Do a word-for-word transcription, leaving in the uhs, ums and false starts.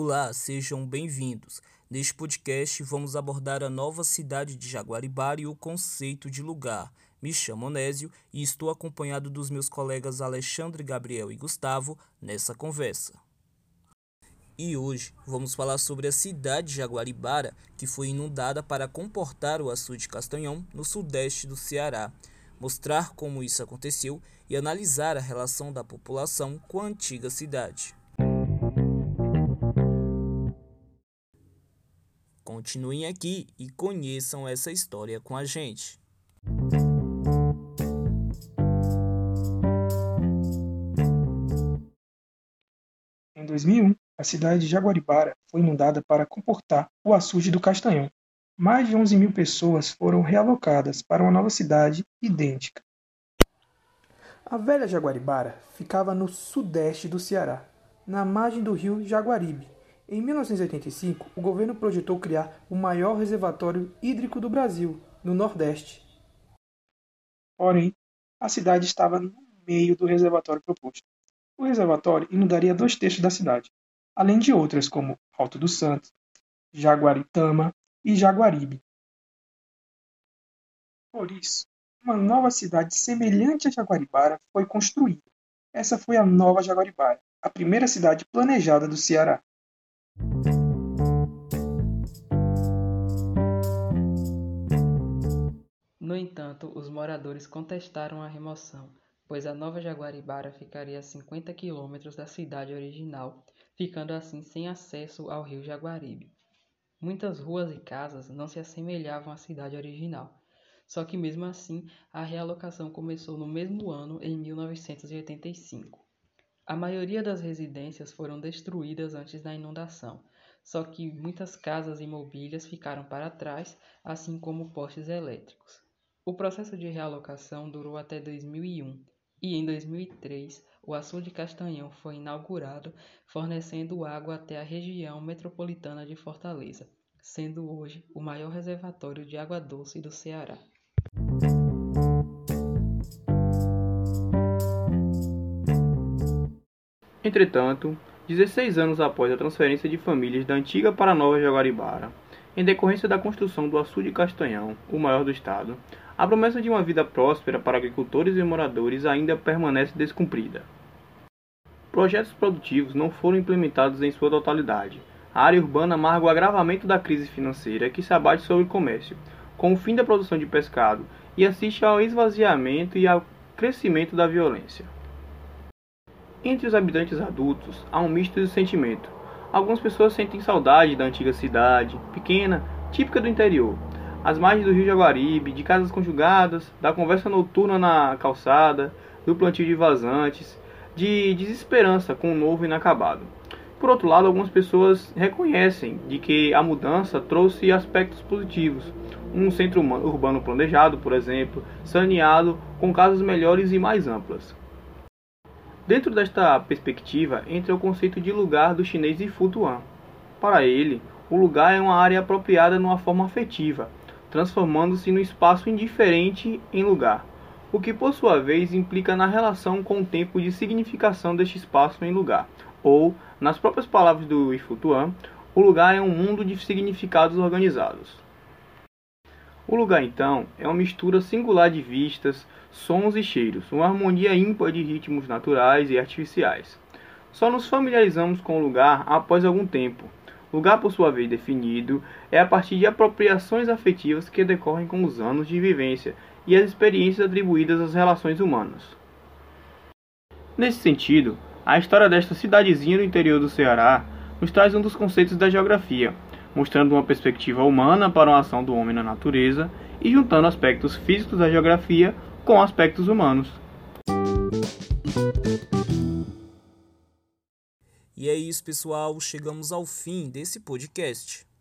Olá, sejam bem-vindos. Neste podcast vamos abordar a nova cidade de Jaguaribara e o conceito de lugar. Me chamo Onésio e estou acompanhado dos meus colegas Alexandre, Gabriel e Gustavo nessa conversa. E hoje vamos falar sobre a cidade de Jaguaribara, que foi inundada para comportar o açude Castanhão no sudeste do Ceará, mostrar como isso aconteceu e analisar a relação da população com a antiga cidade. Continuem aqui e conheçam essa história com a gente. Em dois mil e um, a cidade de Jaguaribara foi inundada para comportar o açude do Castanhão. Mais de onze mil pessoas foram realocadas para uma nova cidade idêntica. A velha Jaguaribara ficava no sudeste do Ceará, na margem do rio Jaguaribe. Em mil novecentos e oitenta e cinco, o governo projetou criar o maior reservatório hídrico do Brasil, no Nordeste. Porém, a cidade estava no meio do reservatório proposto. O reservatório inundaria dois terços da cidade, além de outras como Alto do Santo, Jaguaritama e Jaguaribe. Por isso, uma nova cidade semelhante a Jaguaribara foi construída. Essa foi a Nova Jaguaribara, a primeira cidade planejada do Ceará. No entanto, os moradores contestaram a remoção, pois a Nova Jaguaribara ficaria a cinquenta quilômetros da cidade original, ficando assim sem acesso ao rio Jaguaribe. Muitas ruas e casas não se assemelhavam à cidade original, só que mesmo assim a realocação começou no mesmo ano, em mil novecentos e oitenta e cinco. A maioria das residências foram destruídas antes da inundação, só que muitas casas e mobílias ficaram para trás, assim como postes elétricos. O processo de realocação durou até dois mil e um, e em dois mil e três o açude Castanhão foi inaugurado, fornecendo água até a região metropolitana de Fortaleza, sendo hoje o maior reservatório de água doce do Ceará. Entretanto, dezesseis anos após a transferência de famílias da antiga para a Nova Jaguaribara, em decorrência da construção do açude Castanhão, o maior do estado, a promessa de uma vida próspera para agricultores e moradores ainda permanece descumprida. Projetos produtivos não foram implementados em sua totalidade. A área urbana marca o agravamento da crise financeira que se abate sobre o comércio, com o fim da produção de pescado, e assiste ao esvaziamento e ao crescimento da violência. Entre os habitantes adultos, há um misto de sentimento. Algumas pessoas sentem saudade da antiga cidade, pequena, típica do interior, às margens do rio Jaguaribe, de casas conjugadas, da conversa noturna na calçada, do plantio de vazantes, de desesperança com o novo inacabado. Por outro lado, algumas pessoas reconhecem de que a mudança trouxe aspectos positivos. Um centro urbano planejado, por exemplo, saneado, com casas melhores e mais amplas. Dentro desta perspectiva, entra o conceito de lugar do chinês Yifu Tuan. Para ele, o lugar é uma área apropriada numa forma afetiva, transformando-se no espaço indiferente em lugar, o que por sua vez implica na relação com o tempo de significação deste espaço em lugar, ou, nas próprias palavras do Yifu Tuan, o lugar é um mundo de significados organizados. O lugar, então, é uma mistura singular de vistas, sons e cheiros, uma harmonia ímpar de ritmos naturais e artificiais. Só nos familiarizamos com o lugar após algum tempo. O lugar, por sua vez definido, é a partir de apropriações afetivas que decorrem com os anos de vivência e as experiências atribuídas às relações humanas. Nesse sentido, a história desta cidadezinha do interior do Ceará nos traz um dos conceitos da geografia, mostrando uma perspectiva humana para uma ação do homem na natureza e juntando aspectos físicos da geografia com aspectos humanos. E é isso, pessoal. Chegamos ao fim desse podcast.